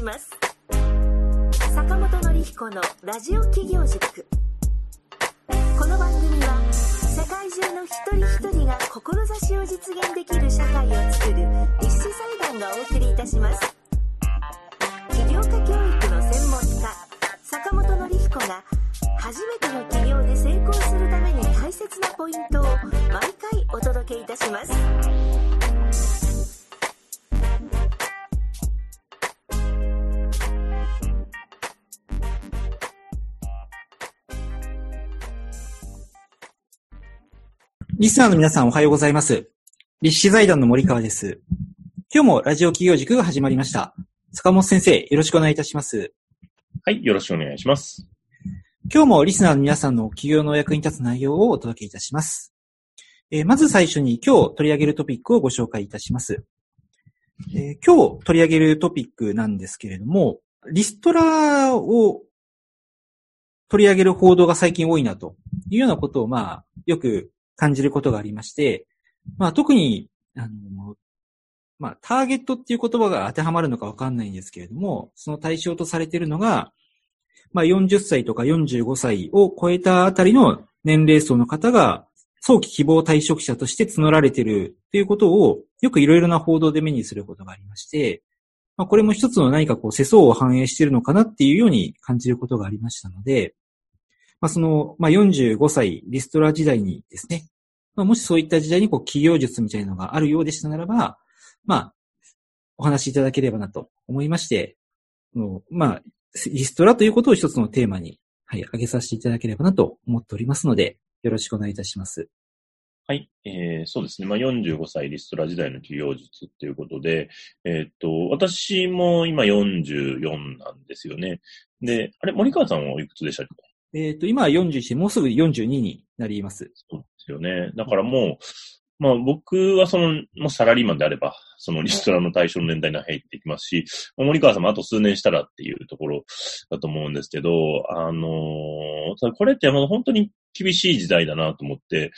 ます。坂本典彦のラジオ企業塾。この番組は世界中の一人一人が志を実現できる社会を作る立志財団がお送りいたします。起業家教育の専門家坂本典彦が初めての起業で成功するために大切なポイントを毎回お届けいたします。 リスナーの皆さんおはようございます。立志財団の森川です。今日もラジオ企業塾が始まりました。坂本先生、よろしくお願いいたします。 はい、よろしくお願いします。 今日もリスナーの皆さんの起業のお役に立つ内容をお届けいたします。まず最初に今日取り上げるトピックをご紹介いたします。今日取り上げるトピックなんですけれども、リストラを取り上げる報道が最近多いなというようなことをよく感じることがありまして、特にターゲットっていう言葉が当てはまるのかわかんないんですけれども、その対象とされているのが、40歳とか45歳を超えたあたりの年齢層の方が早期希望退職者として募られているということをよくいろいろな報道で目にすることがありまして、これも一つの何か世相を反映しているのかなっていうように感じることがありましたので、45歳リストラ時代にですね、もしそういった時代に企業術みたいなのがあるようでしたならば、お話しいただければなと思いまして、リストラということを一つのテーマに、挙げさせていただければなと思っておりますので、よろしくお願いいたします。 はい、そうですね。45歳リストラ時代の企業術っていうことで、私も今44なんですよね。で、森川さんはおいくつでしたっけ？ 今は41、もうすぐ42になります。 そうですよね。だからもう、僕はもうサラリーマンであれば、そのリストラの対象の年代に入ってきますし、森川さんもあと数年したらっていうところだと思うんですけど、これって本当に厳しい時代だなと思って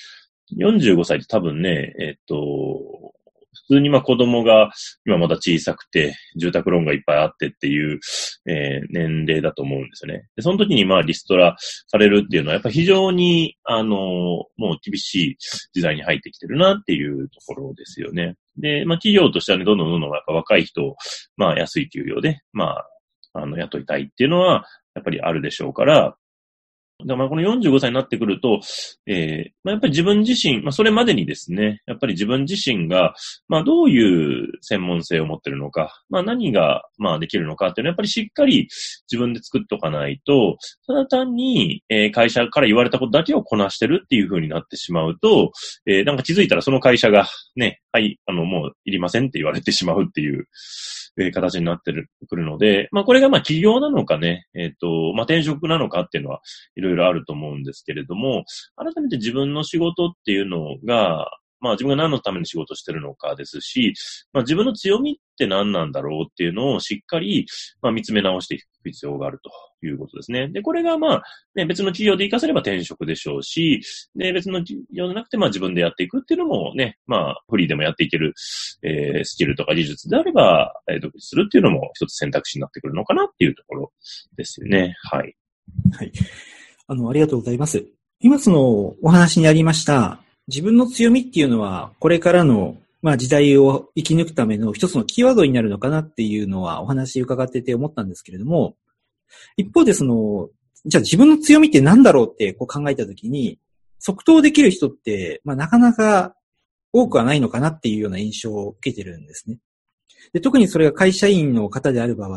、45歳って多分ね、普通に子供が今まだ小さくて、住宅ローンがいっぱいあってっていう、年齢だと思うんですよね。で、その時にリストラされるっていうのはやっぱ非常に、もう厳しい時代に入ってきてるなっていうところですよね。で、企業としてはね、どんどんやっぱ若い人を、安い給料で、雇いたいっていうのは、やっぱりあるでしょうから、この45歳になってくると、やっぱり自分自身、それまでにですね、やっぱり自分自身が、どういう専門性を持っているのか、何が、できるのかっていうのは、やっぱりしっかり自分で作っておかないと、ただ単に、会社から言われたことだけをこなしてるっていう風になってしまうと、気づいたらその会社が、ね、はい、もういりませんって言われてしまうっていう、形になってくるので、これが起業なのかね、転職なのかっていうのは、いろいろあると思うんですけれども、改めて自分の仕事っていうのが、自分が何のために仕事してるのかですし、自分の強みって何なんだろうっていうのをしっかり、見つめ直していく必要があるということですね。で、これが別の企業で活かせれば転職でしょうし、で、別の企業じゃなくて自分でやっていくっていうのもね、フリーでもやっていける、スキルとか技術であれば、独立するっていうのも一つ選択肢になってくるのかなっていうところですよね。はい。 はい。ありがとうございます。今お話にありました、自分の強みっていうのは、これからの、時代を生き抜くための一つのキーワードになるのかなっていうのはお話伺ってて思ったんですけれども、一方でじゃあ自分の強みって何だろうって考えたときに、即答できる人って、なかなか多くはないのかなっていうような印象を受けてるんですね。で、特にそれが会社員の方である場合、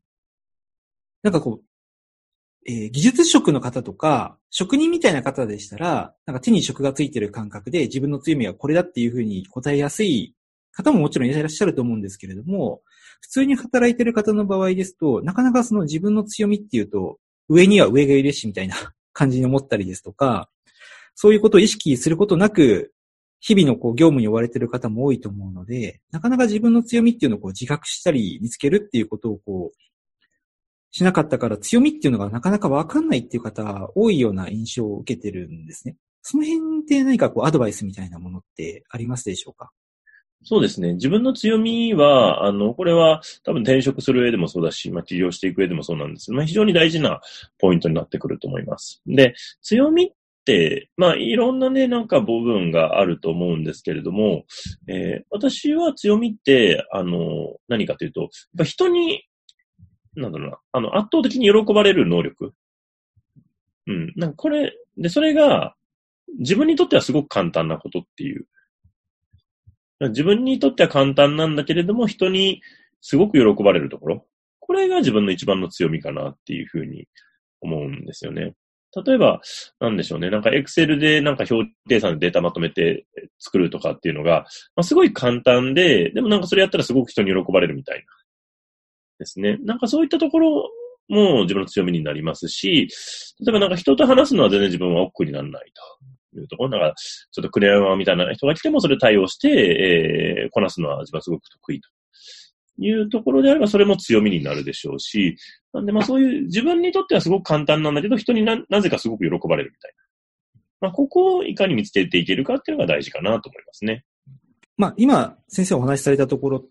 技術職の方とか、職人みたいな方でしたら、手に職がついてる感覚で自分の強みはこれだっていうふうに答えやすい方ももちろんいらっしゃると思うんですけれども、普通に働いてる方の場合ですと、なかなか自分の強みっていうと、上には上がいるしみたいな感じに思ったりですとか、そういうことを意識することなく、日々の業務に追われてる方も多いと思うので、なかなか自分の強みっていうのを自覚したり見つけるっていうことをしなかったから強みっていうのがなかなかわかんないっていう方多いような印象を受けてるんですね。その辺って何かアドバイスみたいなものってありますでしょうか？ そうですね。自分の強みは、これは多分転職する上でもそうだし、起業していく上でもそうなんですけど、非常に大事なポイントになってくると思います。で、強みって、いろんなね、部分があると思うんですけれども、私は強みって、何かというと、やっぱ人に、圧倒的に喜ばれる能力。これ、で、それが、自分にとってはすごく簡単なことっていう。自分にとっては簡単なんだけれども、人にすごく喜ばれるところ。これが自分の一番の強みかなっていうふうに思うんですよね。例えば、なんでしょうね。Excel で表計算でデータまとめて作るとかっていうのが、すごい簡単で、でもそれやったらすごく人に喜ばれるみたいな。ですね。そういったところも自分の強みになりますし、例えば人と話すのは全然自分は億劫にならないと。いうところ、ちょっとクレアマーみたいな人が来てもそれ対応して、こなすのは自分はすごく得意というところであれば、それも強みになるでしょうし、なんでそういう自分にとってはすごく簡単なんだけど、人になぜかすごく喜ばれるみたいな。ここをいかに見つけていけるかっていうのが大事かなと思いますね。 今、先生お話しされたところって、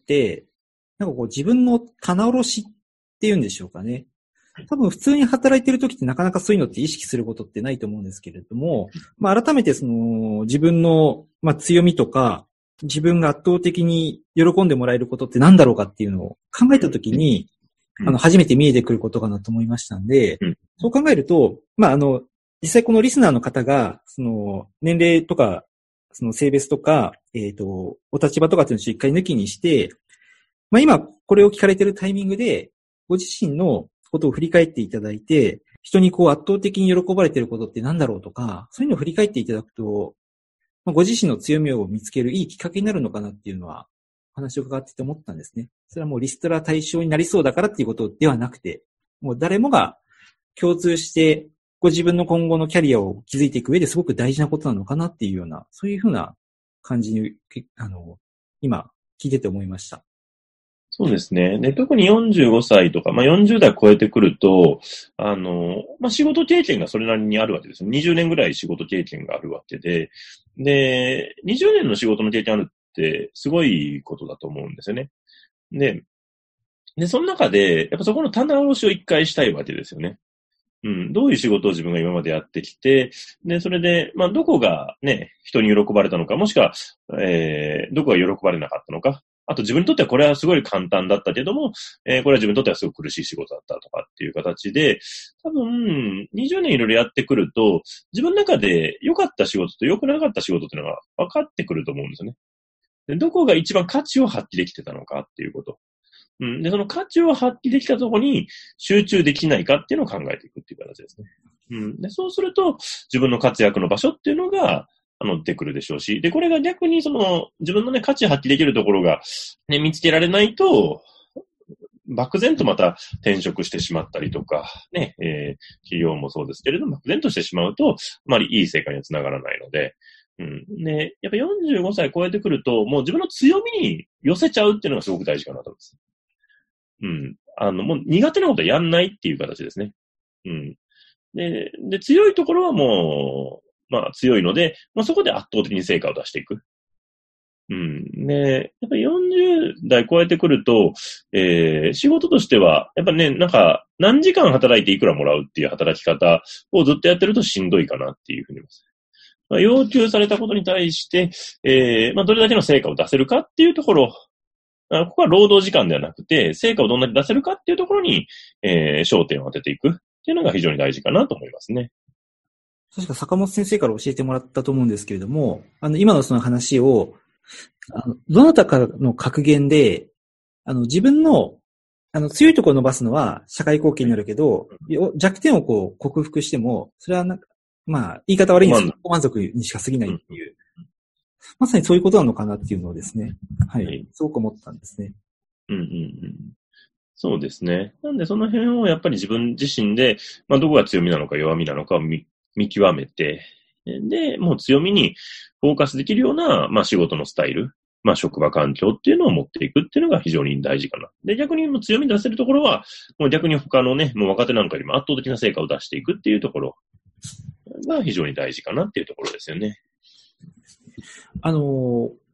自分の棚卸しっていうんでしょうかね。多分普通に働いてる時ってなかなかそういうのって意識することってないと思うんですけれども、改めて自分の、強みとか、自分が圧倒的に喜んでもらえることって何だろうかっていうのを考えた時に、初めて見えてくることかなと思いましたんで、そう考えると、実際このリスナーの方が、年齢とか、性別とか、お立場とかっていうのを一回抜きにして、今これを聞かれてるタイミングで、ご自身のことを振り返っていただいて、人に圧倒的に喜ばれていることって何だろうとか、そういうのを振り返っていただくと、ご自身の強みを見つけるいいきっかけになるのかなっていうのは、お話を伺ってて思ったんですね。それはもうリストラ対象になりそうだからっていうことではなくて、もう誰もが共通して、ご自分の今後のキャリアを築いていく上ですごく大事なことなのかなっていうような、そういうふうな感じに、今、聞いてて思いました。 そうですね。で、特に45歳とか、40代超えてくると、仕事経験がそれなりにあるわけです。20年ぐらい仕事経験があるわけで、で、20年の仕事の経験あるってすごいことだと思うんですよね。で、その中で、やっぱそこの棚卸しを一回したいわけですよね。どういう仕事を自分が今までやってきて、で、それで、どこがね、人に喜ばれたのか、もしくは、どこが喜ばれなかったのか、あと自分にとってはこれはすごい簡単だったけども、これは自分にとってはすごく苦しい仕事だったとかっていう形で、多分、20年いろいろやってくると、自分の中で良かった仕事と良くなかった仕事っていうのが分かってくると思うんですよね。で、どこが一番価値を発揮できてたのかっていうこと。で、その価値を発揮できたところに集中できないかっていうのを考えていくっていう形ですね。で、そうすると、自分の活躍の場所っていうのが、出てくるでしょうし、で、これが逆に自分のね、価値発揮できるところが、ね、見つけられないと、漠然とまた転職してしまったりとか、ね、企業もそうですけれども、漠然としてしまうと、あまりいい成果にはつながらないので、で、やっぱ45歳超えてくると、もう自分の強みに寄せちゃうっていうのがすごく大事かなと思います。もう苦手なことはやんないっていう形ですね。で、強いところはもう、強いので、そこで圧倒的に成果を出していく。で、やっぱり40代超えてくると、仕事としては、やっぱね、何時間働いていくらもらうっていう働き方をずっとやってるとしんどいかなっていうふうに思います。要求されたことに対して、どれだけの成果を出せるかっていうところ、ここは労働時間ではなくて、成果をどんだけ出せるかっていうところに、焦点を当てていくっていうのが非常に大事かなと思いますね。 確か坂本先生から教えてもらったと思うんですけれども、今のその話を、どなたかの格言で、自分の、強いところを伸ばすのは社会貢献になるけど、弱点を克服しても、それは言い方悪いんですけど、満足にしか過ぎないっていう。まさにそういうことなのかなっていうのをですね、はい、すごく思ったんですね。 そうですね。なんでその辺をやっぱり自分自身で、どこが強みなのか弱みなのかを見極めて、で、もう強みにフォーカスできるような、仕事のスタイル、職場環境っていうのを持っていくっていうのが非常に大事かな。で、逆にもう強み出せるところは、もう逆に他のね、もう若手なんかよりも圧倒的な成果を出していくっていうところが非常に大事かなっていうところですよね。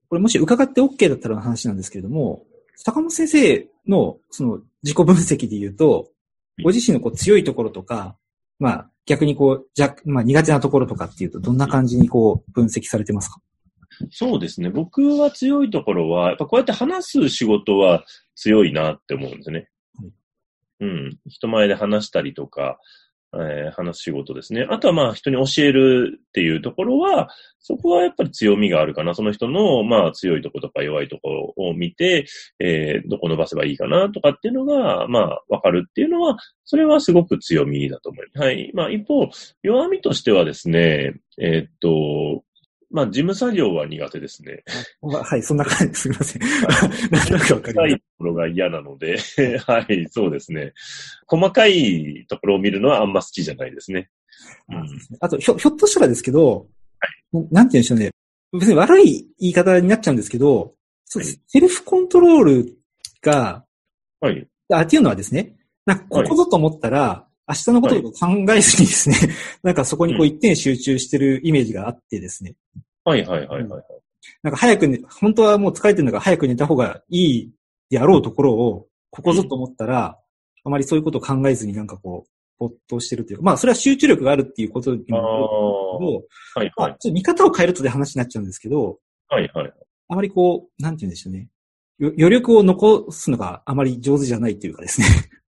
これもし伺って OK だったらの話なんですけれども、坂本先生のその自己分析で言うと、ご自身のこう強いところとか、まあ逆にこう、まあ苦手なところとかっていうと、どんな感じにこう分析されてますか？ そうですね。僕は強いところは、やっぱこうやって話す仕事は強いなって思うんですね。うん。人前で話したりとか、話す仕事ですね。あとはまあ人に教えるっていうところは、そこはやっぱり強みがあるかな。その人のまあ強いところとか弱いところを見て、どこ伸ばせばいいかなとかっていうのが、まあわかるっていうのは、それはすごく強みだと思います。はい。まあ一方、弱みとしてはですね、まあ事務作業は苦手ですね。 はい、そんな感じ、すみません。なんとなくわかります。 細かいところが嫌なので、はい、そうですね。細かいところを見るのはあんま好きじゃないですね。 あと、ひょっとしたらですけど、なんて言うんでしょうね。別に悪い言い方になっちゃうんですけど、そうです。セルフコントロールが、 はい。 っていうのはですね、なんかここぞと思ったら、明日のことを考えずにですね、なんかそこにこう一点集中してるイメージがあってですね。 はいはいはいはい。 なんか早くね、本当はもう疲れてるのが早く寝た方がいいであろうところを、ここぞと思ったら、あまりそういうことを考えずになんかこう、没頭してるというか、まあそれは集中力があるっていうことにもあるんですけど、はいはい。まあ、ちょっと見方を変えるとで話になっちゃうんですけど、 はいはい。 あまりこう、なんて言うんでしょうね。余力を残すのがあまり上手じゃないというかですね。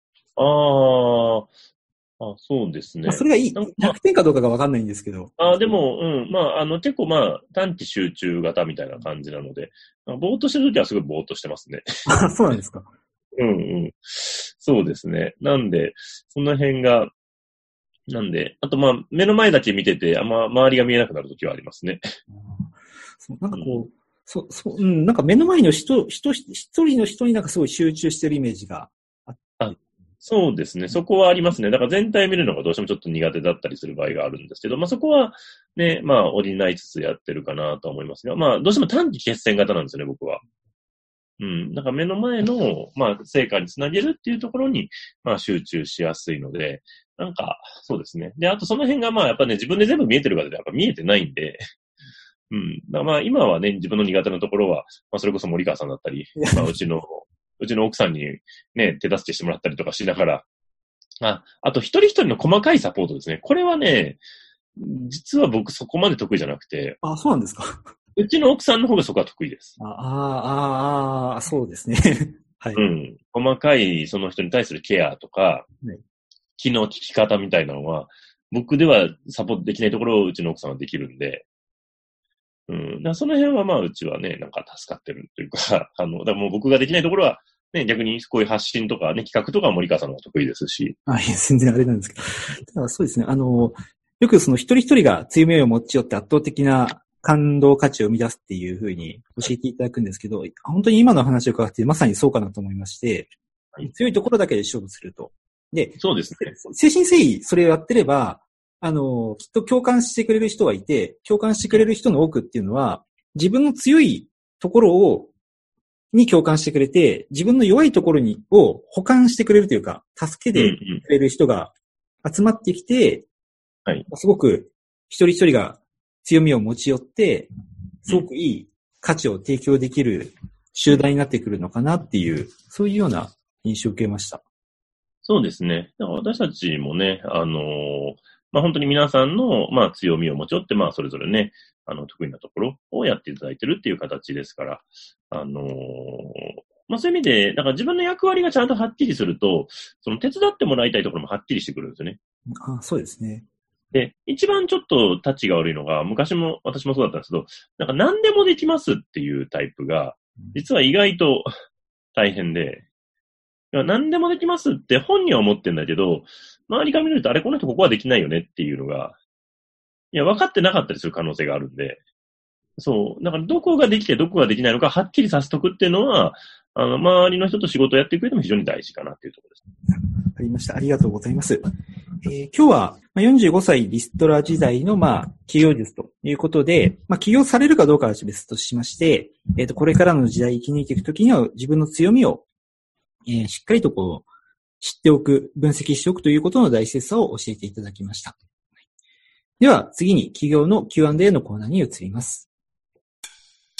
そうですね。 まあ、それがいい。100点かどうかがわかんないんですけど。 でも、まあ、結構まあ、短期集中型みたいな感じなので、ぼーっとしてるときはすごいぼーっとしてますね。 そうなんですか。 そうですね。なんで、その辺が、あとまあ、目の前だけ見てて、あんま周りが見えなくなるときはありますね。 なんかこう、なんか目の前の一人の人になんかすごい集中してるイメージがあって。 そうですね。そこはありますね。だから全体見るのがどうしてもちょっと苦手だったりする場合があるんですけど、まあそこはね、まあ補いつつやってるかなと思いますが、まあどうしても短期決戦型なんですよね、僕は。だから目の前の、まあ成果につなげるっていうところに、まあ集中しやすいので、なんか、そうですね。で、あとその辺がまあやっぱね、自分で全部見えてる方でやっぱ見えてないんで、だからまあ今はね、自分の苦手なところは、まあそれこそ森川さんだったり、まあうちの奥さんにね、手助けしてもらったりとかしながら、あと一人一人の細かいサポートですね。これはね、実は僕そこまで得意じゃなくて。 そうなんですか。 うちの奥さんの方がそこは得意です。 そうですね。はい。 細かいその人に対するケアとか、気の利き方みたいなのは、僕ではサポートできないところをうちの奥さんはできるんで、その辺はまあうちはね、なんか助かってるというか、だからもう僕ができないところは、ね、逆にこういう発信とかね、企画とかは森川さんの方が得意ですし。 いや、全然あれなんですけど。だからそうですね。よくその一人一人が強みを持ち寄って圧倒的な感動価値を生み出すっていうふうに教えていただくんですけど、本当に今の話を伺ってまさにそうかなと思いまして、強いところだけで勝負すると。で、 そうですね。 誠心誠意それをやってれば、きっと共感してくれる人がいて、共感してくれる人の多くっていうのは、自分の強いところに共感してくれて、自分の弱いところを補完してくれるというか、助けてくれる人が集まってきて、すごく一人一人が強みを持ち寄って、すごくいい価値を提供できる集団になってくるのかなっていう、そういうような印象を受けました。 そうですね。だから私たちもね、まあ本当に皆さんの、まあ強みを持ち寄って、まあそれぞれね、得意なところをやっていただいてるっていう形ですから、まあそういう意味で、だから自分の役割がちゃんとはっきりすると、その手伝ってもらいたいところもはっきりしてくるんですよね。 そうですね。 で、一番ちょっとタッチが悪いのが、私もそうだったんですけど、なんか何でもできますっていうタイプが、実は意外と大変で、何でもできますって本人は思ってんだけど、周りから見ると、あれこの人ここはできないよねっていうのが、分かってなかったりする可能性があるんで、そう。だからどこができてどこができないのかはっきりさせとくっていうのは、周りの人と仕事をやっていく上でも非常に大事かなっていうところです。 わかりました。ありがとうございます。今日は45歳リストラ時代の起業術ということで、起業されるかどうかは別としまして、これからの時代生き抜いていくときには自分の強みを、しっかりと知っておく、分析しておくということの大切さを教えていただきました。では次に企業の Q&A のコーナーに移ります。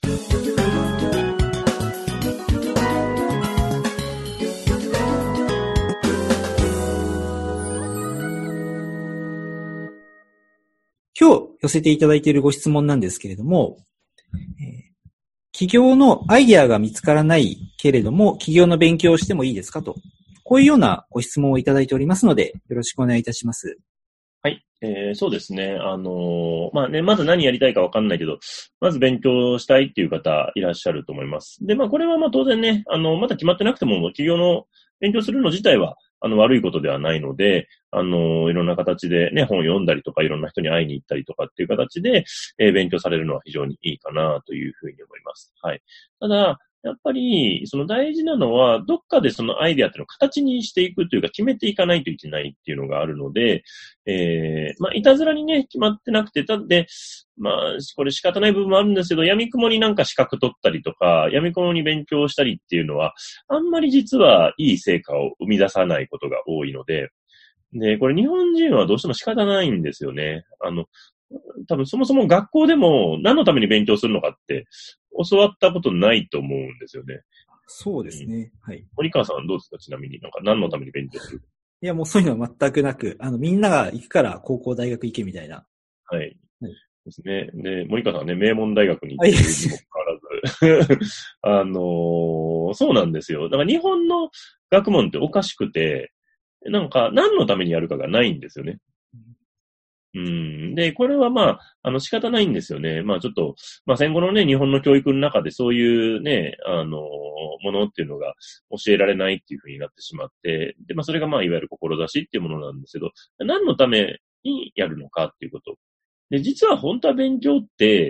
今日寄せていただいているご質問なんですけれども、起業のアイデアが見つからないけれども、起業の勉強をしてもいいですかと、こういうようなご質問をいただいておりますので、よろしくお願いいたします。 はい。そうですね。まず何やりたいかわかんないけど、まず勉強したいっていう方いらっしゃると思います。で、これは当然ね、まだ決まってなくても、起業の勉強するの自体は、悪いことではないので、いろんな形でね、本を読んだりとか、いろんな人に会いに行ったりとかっていう形で、勉強されるのは非常にいいかなというふうに思います。はい。ただ、やっぱり、その大事なのは、どっかでそのアイデアっていうのを形にしていくというか、決めていかないといけないっていうのがあるので、いたずらにね、決まってなくて、これ仕方ない部分もあるんですけど、闇雲になんか資格取ったりとか、闇雲に勉強したりっていうのは、あんまり実はいい成果を生み出さないことが多いので、で、これ日本人はどうしても仕方ないんですよね。多分そもそも学校でも何のために勉強するのかって教わったことないと思うんですよね。 そうですね。はい。 森川さんはどうですか？ちなみに何のために勉強する？ いや、もうそういうのは全くなく、みんなが行くから高校大学行けみたいな。 はい。 はい、 ですね。で、森川さんはね、名門大学に行っているにもかかわらず、そうなんですよ。だから日本の学問っておかしくて、何のためにやるかがないんですよね。で、これは仕方ないんですよね。ちょっと、戦後のね、日本の教育の中でそういうね、ものっていうのが教えられないっていう風になってしまって、で、それがいわゆる志っていうものなんですけど、何のためにやるのかっていうこと。で、実は本当は勉強って、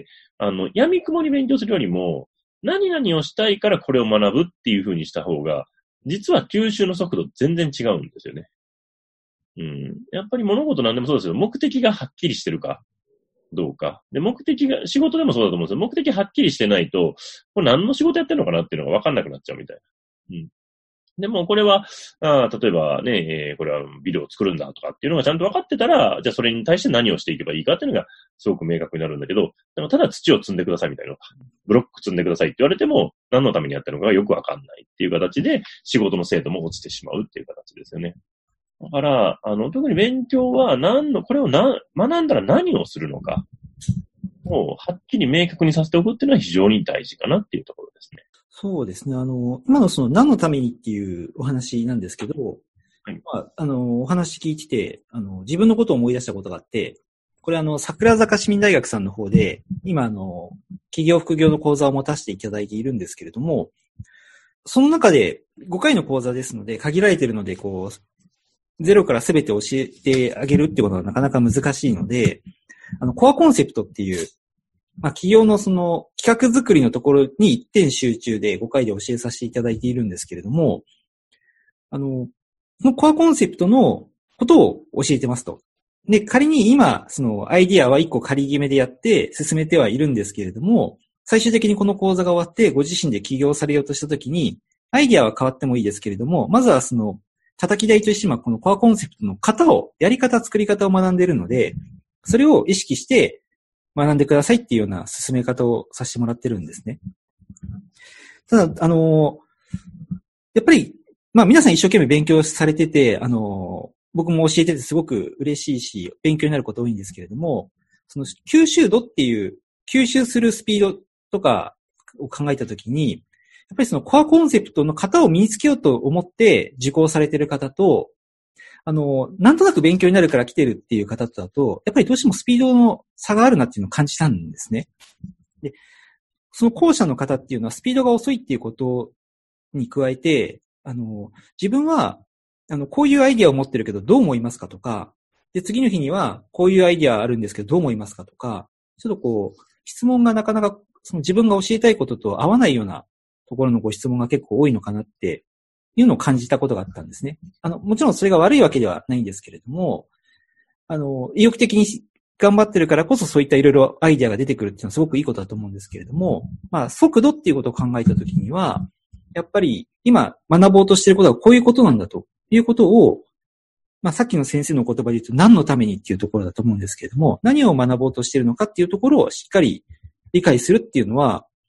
闇雲に勉強するよりも、何々をしたいからこれを学ぶっていう風にした方が、実は吸収の速度全然違うんですよね。やっぱり物事なんでもそうですよ。目的がはっきりしてるかどうか。で、仕事でもそうだと思うんですよ。目的はっきりしてないと、これ何の仕事やってるのかなっていうのが分かんなくなっちゃうみたいな。でもこれは、例えばね、これはビルを作るんだとかっていうのがちゃんと分かってたら、じゃあそれに対して何をしていけばいいかっていうのがすごく明確になるんだけど、でもただ土を積んでくださいみたいな、ブロック積んでくださいって言われても、何のためにやってるのかがよく分かんないっていう形で、仕事の精度も落ちてしまうっていう形ですよね。だから、特に勉強はこれを学んだら何をするのかをはっきり明確にさせておくっていうのは非常に大事かなっていうところですね。 そうですね。今のその何のためにっていうお話なんですけど、はい、お話聞いてて、自分のことを思い出したことがあって、これ桜坂市民大学さんの方で、今企業副業の講座を持たせていただいているんですけれども、その中で5回の講座ですので、限られているので、ゼロから全て教えてあげるってことはなかなか難しいので、コアコンセプトっていう、企業のその企画作りのところに一点集中で5回で教えさせていただいているんですけれども、そのコアコンセプトのことを教えてますと。で、仮に今、そのアイディアは1個仮決めでやって進めてはいるんですけれども、最終的にこの講座が終わってご自身で起業されようとしたときに、アイディアは変わってもいいですけれども、まずはその叩き台としてこのコアコンセプトのやり方、作り方を学んでいるので、それを意識して学んでくださいっていうような進め方をさせてもらってるんですね。ただ、やっぱり、皆さん一生懸命勉強されてて、僕も教えててすごく嬉しいし、勉強になること多いんですけれども、その吸収度っていう、吸収するスピードとかを考えたときに、やっぱりそのコアコンセプトの型を身につけようと思って受講されている方と、なんとなく勉強になるから来てるっていう方とだと、やっぱりどうしてもスピードの差があるなっていうのを感じたんですね。で、その後者の方っていうのはスピードが遅いっていうことに加えて、自分は、こういうアイディアを持ってるけどどう思いますかとか、で、次の日にはこういうアイディアあるんですけどどう思いますかとか、ちょっと質問がなかなかその自分が教えたいことと合わないようなところのご質問が結構多いのかなっていうのを感じたことがあったんですね。もちろんそれが悪いわけではないんですけれども、意欲的に頑張ってるからこそそういったいろいろアイデアが出てくるっていうのはすごくいいことだと思うんですけれども、速度っていうことを考えたときには、やっぱり今学ぼうとしていることはこういうことなんだということを、さっきの先生の言葉で言うと何のためにっていうところだと思うんですけれども、何を学ぼうとしているのかっていうところをしっかり理解するっていうのは、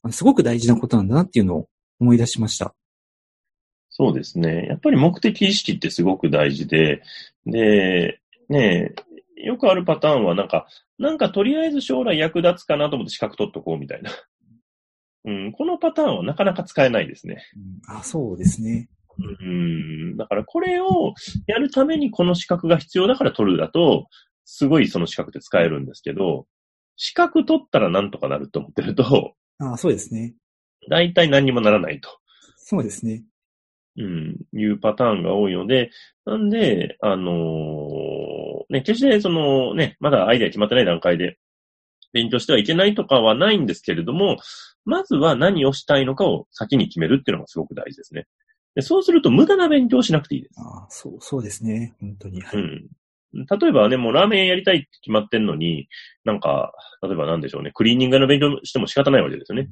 すごく大事なことなんだなっていうのを思い出しました。 そうですね。やっぱり目的意識ってすごく大事で、で、ねえ、よくあるパターンはなんかとりあえず将来役立つかなと思って資格取っとこうみたいな。このパターンはなかなか使えないですね。 そうですね。 だからこれをやるためにこの資格が必要だから取るだと、すごいその資格って使えるんですけど、資格取ったらなんとかなると思ってると、 そうですね。 大体何にもならないと。 そうですね。 いうパターンが多いので、なんで、決してまだアイデア決まってない段階で勉強してはいけないとかはないんですけれども、まずは何をしたいのかを先に決めるっていうのがすごく大事ですね。でそうすると無駄な勉強をしなくていいです。 そうですね。本当に。はい、 例えばね、もうラーメンやりたいって決まってんのに、例えばなんでしょうね、クリーニングの勉強しても仕方ないわけですよね。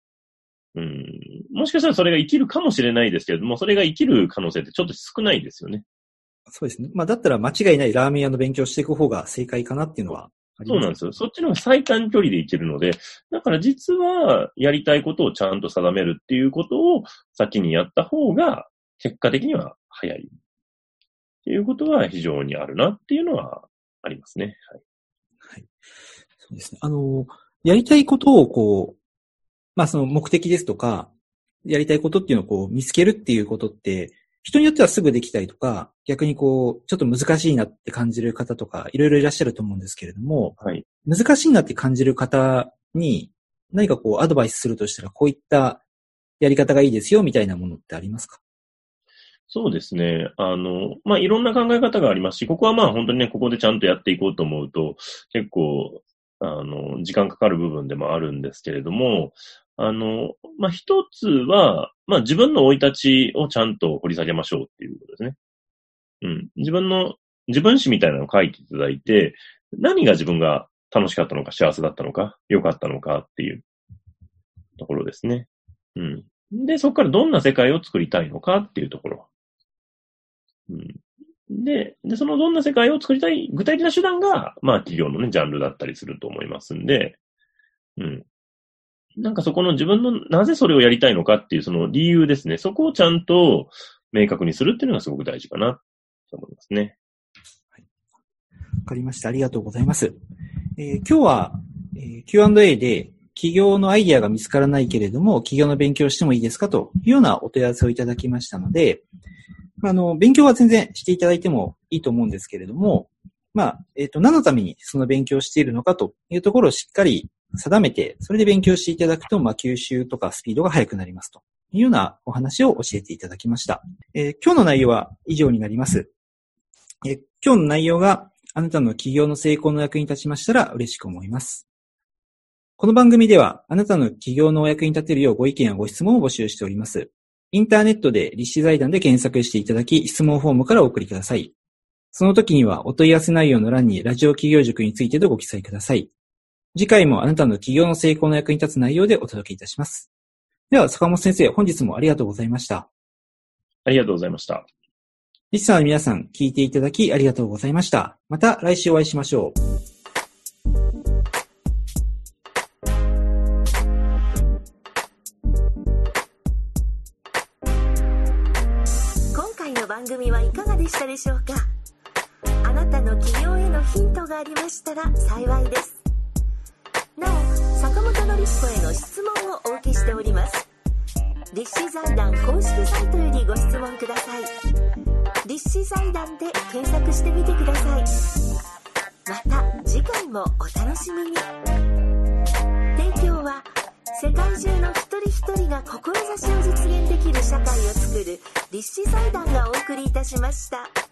もしかしたらそれが生きるかもしれないですけれども、それが生きる可能性ってちょっと少ないですよね。 そうですね。だったら間違いないラーメン屋の勉強していく方が正解かなっていうのはあります。 そうなんですよ。そっちの方が最短距離でいけるので、だから実はやりたいことをちゃんと定めるっていうことを先にやった方が結果的には早い。っていうことは非常にあるなっていうのはありますね。はい。 はい。そうですね。やりたいことをその目的ですとか、やりたいことっていうのを見つけるっていうことって、人によってはすぐできたりとか、逆にちょっと難しいなって感じる方とか、いろいろいらっしゃると思うんですけれども、 はい。 難しいなって感じる方に何かアドバイスするとしたら、こういったやり方がいいですよみたいなものってありますか？ そうですね。いろんな考え方がありますし、ここは本当にね、ここでちゃんとやっていこうと思うと、結構、時間かかる部分でもあるんですけれども、一つは、自分の生い立ちをちゃんと掘り下げましょうっていうことですね。自分史みたいなのを書いていただいて、何が自分が楽しかったのか、幸せだったのか、良かったのかっていうところですね。で、そこからどんな世界を作りたいのかっていうところ。で、そのどんな世界を作りたい具体的な手段が、企業のね、ジャンルだったりすると思いますんで、そこの自分のなぜそれをやりたいのかっていうその理由ですね。そこをちゃんと明確にするっていうのがすごく大事かなと思いますね。 はい。わかりました。ありがとうございます。今日は、Q&A で企業のアイデアが見つからないけれども、企業の勉強してもいいですかというようなお問い合わせをいただきましたので、勉強は全然していただいてもいいと思うんですけれども、何のためにその勉強をしているのかというところをしっかり定めて、それで勉強していただくと、吸収とかスピードが速くなりますというようなお話を教えていただきました。今日の内容は以上になります。今日の内容があなたの企業の成功の役に立ちましたら嬉しく思います。この番組ではあなたの企業のお役に立てるようご意見やご質問を募集しております。インターネットで立志財団で検索していただき、質問フォームからお送りください。その時にはお問い合わせ内容の欄にラジオ企業塾についてとご記載ください。次回もあなたの企業の成功の役に立つ内容でお届けいたします。では、坂本先生、本日もありがとうございました。 ありがとうございました。 リスナーの皆さん、聞いていただきありがとうございました。また来週お会いしましょう。 今回の番組はいかがでしたでしょうか？あなたの企業へのヒントがありましたら幸いです。なお、坂本典彦への質問をお受けしております。立志財団公式サイトよりご質問ください。立志財団で検索してみてください。また次回もお楽しみに。提供は世界中の一人一人が志を実現できる社会を作る立志財団がお送りいたしました。